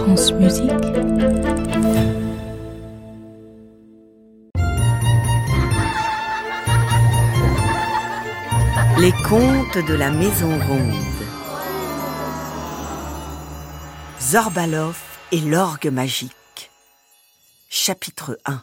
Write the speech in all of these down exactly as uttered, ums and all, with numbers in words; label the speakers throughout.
Speaker 1: France Musique.
Speaker 2: Les contes de la Maison Ronde. Zorbalov et l'orgue magique. Chapitre un.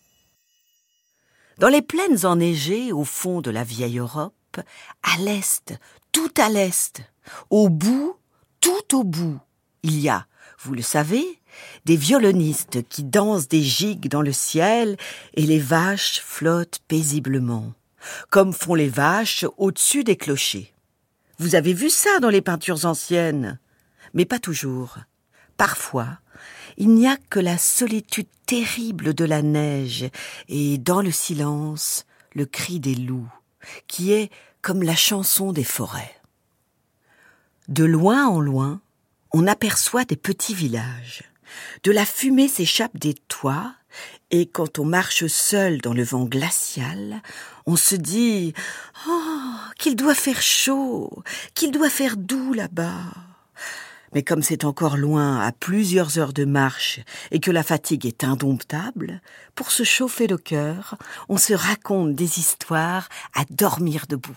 Speaker 2: Dans les plaines enneigées, au fond de la vieille Europe, à l'est, tout à l'est, au bout, tout au bout, il y a, vous le savez, des violonistes qui dansent des gigues dans le ciel et les vaches flottent paisiblement, comme font les vaches au-dessus des clochers. Vous avez vu ça dans les peintures anciennes, mais pas toujours. Parfois, il n'y a que la solitude terrible de la neige et, dans le silence, le cri des loups, qui est comme la chanson des forêts. De loin en loin, on aperçoit des petits villages. De la fumée s'échappe des toits, et quand on marche seul dans le vent glacial, on se dit « Oh, qu'il doit faire chaud, qu'il doit faire doux là-bas !» Mais comme c'est encore loin, à plusieurs heures de marche, et que la fatigue est indomptable, pour se chauffer le cœur, on se raconte des histoires à dormir debout.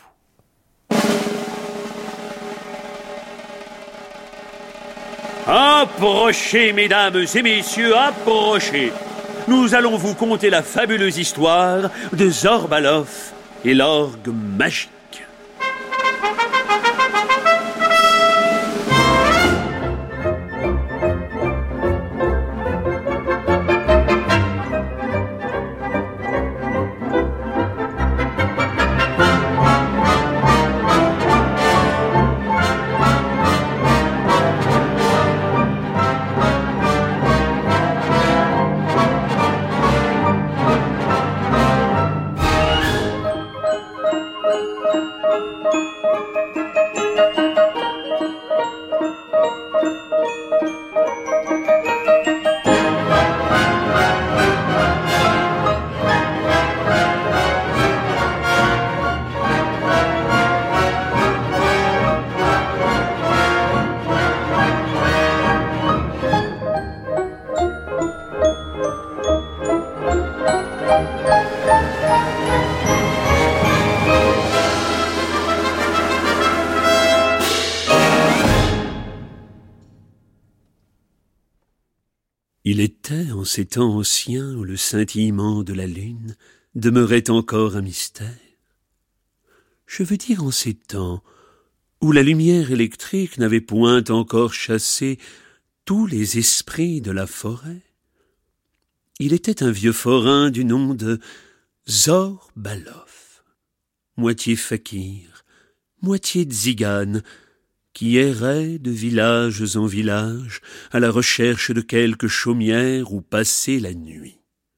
Speaker 3: Approchez, mesdames et messieurs, approchez. Nous allons vous conter la fabuleuse histoire de Zorbalov et l'orgue magique.
Speaker 4: Il était en ces temps anciens où le scintillement de la lune demeurait encore un mystère. Je veux dire en ces temps où la lumière électrique n'avait point encore chassé tous les esprits de la forêt. Il était un vieux forain du nom de Zorbalov, moitié fakir, moitié tzigane, qui errait de village en village à la recherche de quelque chaumière où passer la nuit.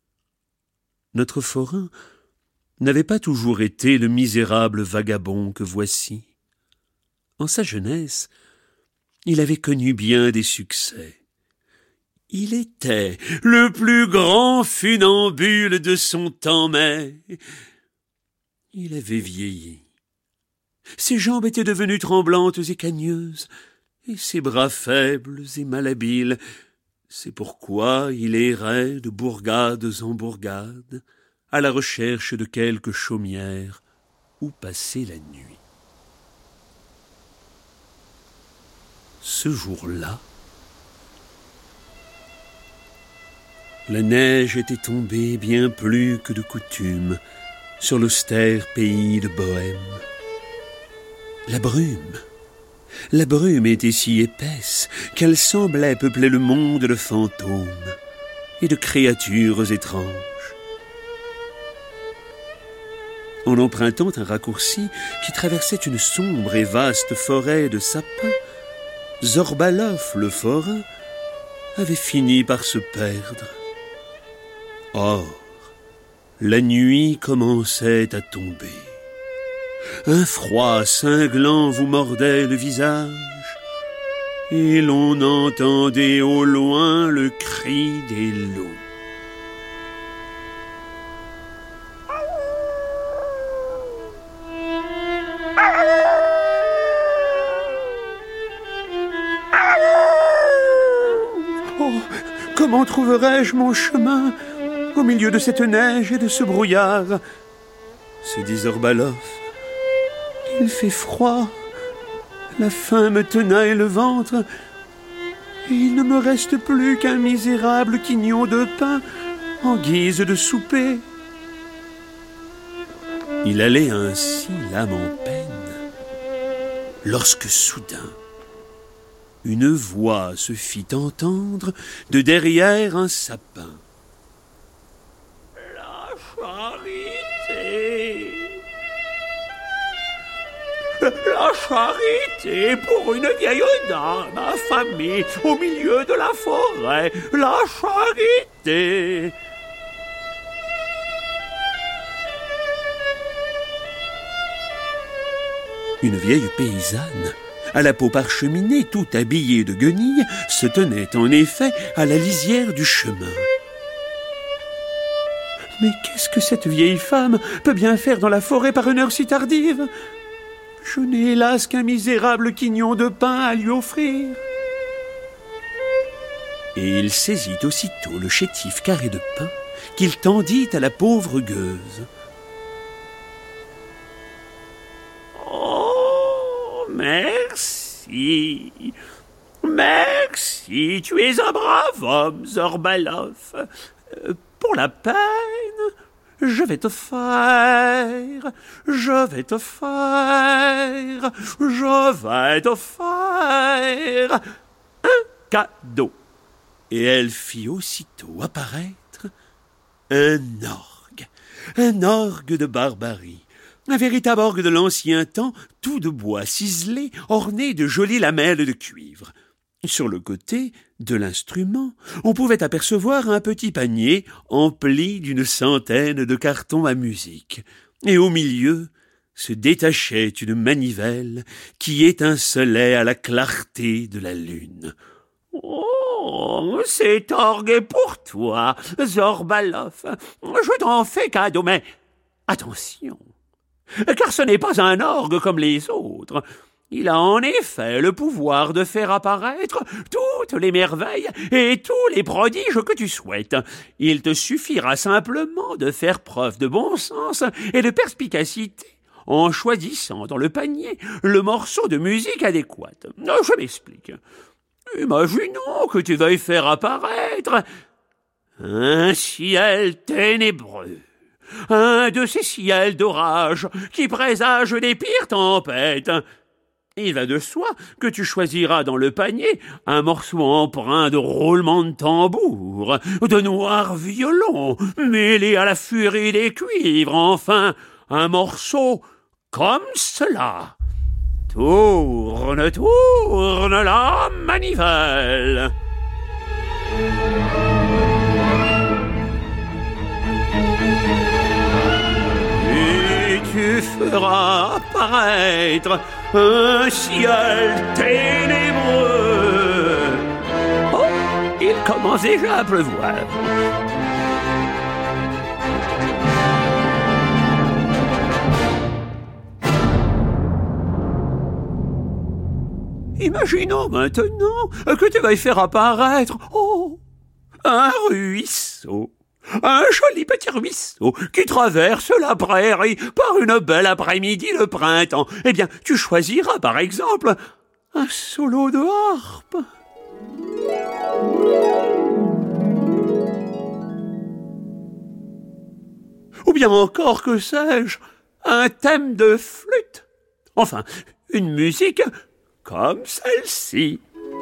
Speaker 4: Notre forain n'avait pas toujours été le misérable vagabond que voici. En sa jeunesse, il avait connu bien des succès. Il était le plus grand funambule de son temps, mais il avait vieilli. Ses jambes étaient devenues tremblantes et cagneuses, et ses bras faibles et malhabiles. C'est pourquoi il errait de bourgades en bourgades, à la recherche de quelque chaumière où passer la nuit. Ce jour-là, la neige était tombée bien plus que de coutume sur l'austère pays de Bohême. La brume, la brume était si épaisse qu'elle semblait peupler le monde de fantômes et de créatures étranges. En empruntant un raccourci qui traversait une sombre et vaste forêt de sapins, Zorbalov, le forain, avait fini par se perdre. Or, la nuit commençait à tomber. Un froid cinglant vous mordait le visage, et l'on entendait au loin le cri des loups. comment trouverai-je mon chemin au milieu de cette neige et de ce brouillard? Se dit Zorbalov. Il fait froid, la faim me tenaille le ventre, et il ne me reste plus qu'un misérable quignon de pain en guise de souper. Il allait ainsi, l'âme en peine, lorsque soudain, une voix se fit entendre de derrière un sapin. La charité! La charité pour une vieille dame affamée au milieu de la forêt! La charité! Une vieille paysanne, à la peau parcheminée, tout habillée de guenilles, se tenait en effet à la lisière du chemin. Mais qu'est-ce que cette vieille femme peut bien faire dans la forêt par une heure si tardive? Je n'ai hélas qu'un misérable quignon de pain à lui offrir. Et il saisit aussitôt le chétif carré de pain qu'il tendit à la pauvre gueuse. Merci, merci, tu es un brave homme, Zorbalov. Euh, pour la peine, je vais te faire, je vais te faire, je vais te faire un cadeau. Et elle fit aussitôt apparaître un orgue, un orgue de barbarie. Un véritable orgue de l'ancien temps, tout de bois ciselé, orné de jolies lamelles de cuivre. Sur le côté de l'instrument, on pouvait apercevoir un petit panier empli d'une centaine de cartons à musique. Et au milieu se détachait une manivelle qui étincelait à la clarté de la lune. Oh, cet orgue est pour toi, Zorbalov. Je t'en fais cadeau, mais attention, car ce n'est pas un orgue comme les autres. Il a en effet le pouvoir de faire apparaître toutes les merveilles et tous les prodiges que tu souhaites. Il te suffira simplement de faire preuve de bon sens et de perspicacité en choisissant dans le panier le morceau de musique adéquat. Je m'explique. Imaginons que tu veuilles faire apparaître un ciel ténébreux. Un de ces ciels d'orage qui présagent des pires tempêtes. Il va de soi que tu choisiras dans le panier un morceau empreint de roulements de tambour, de noirs violons, mêlés à la furie des cuivres, enfin, un morceau comme cela. Tourne, tourne la manivelle. Tu feras apparaître un ciel ténébreux. Oh, il commence déjà à pleuvoir. Imaginons maintenant que tu veuilles faire apparaître, oh, un ruisseau. Un joli petit ruisseau qui traverse la prairie par une belle après-midi de printemps. Eh bien, tu choisiras par exemple un solo de harpe. Ou bien encore, que sais-je, un thème de flûte. Enfin, une musique comme celle-ci.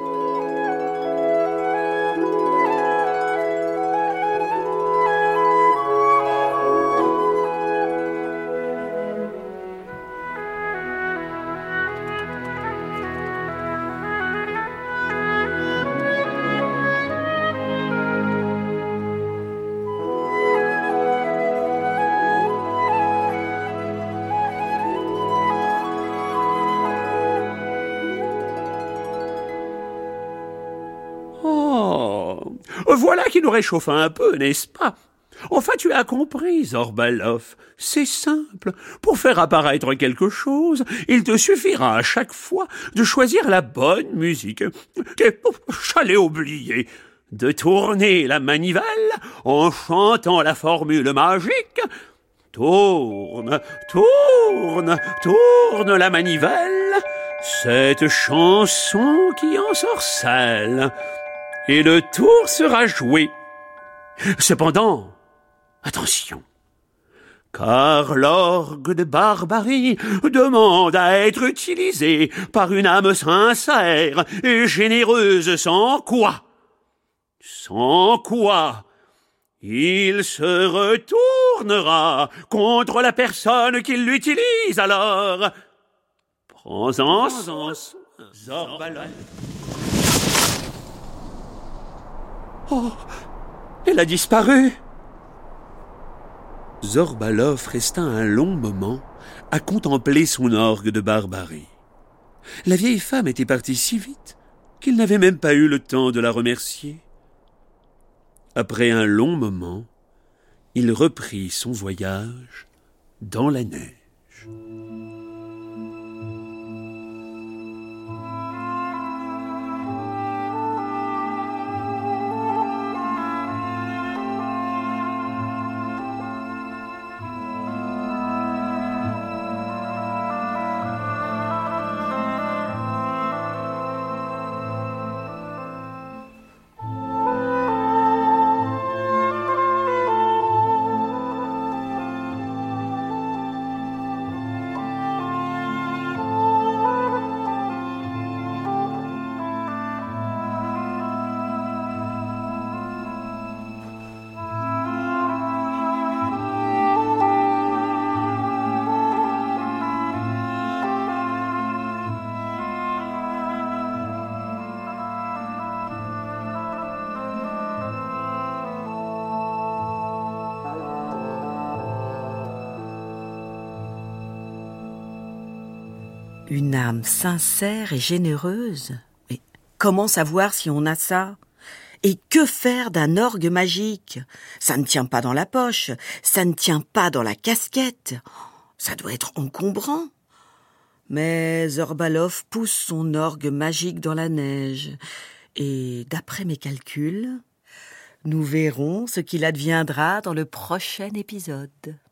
Speaker 4: Voilà qui nous réchauffe un peu, n'est-ce pas? Enfin, tu as compris, Zorbalov. C'est simple. Pour faire apparaître quelque chose, il te suffira à chaque fois de choisir la bonne musique. J'allais oublier.
Speaker 3: de tourner la manivelle en chantant la formule magique. Tourne, tourne, tourne la manivelle, cette chanson qui ensorcelle, et le tour sera joué. Cependant, attention, car l'orgue de Barbarie demande à être utilisé par une âme sincère et généreuse, sans quoi, sans quoi, il se retournera contre la personne qui l'utilise. Alors, prends-en sens, Zorbalov. Oh, elle a disparu.
Speaker 4: Zorbalov resta un long moment à contempler son orgue de Barbarie. La vieille femme était partie si vite qu'il n'avait même pas eu le temps de la remercier. Après un long moment, il reprit son voyage dans la neige.
Speaker 2: Une âme sincère et généreuse. Mais comment savoir si on a ça? Et que faire d'un orgue magique? Ça ne tient pas dans la poche, ça ne tient pas dans la casquette. Ça doit être encombrant. Mais Zorbalov pousse son orgue magique dans la neige. Et d'après mes calculs, nous verrons ce qu'il adviendra dans le prochain épisode.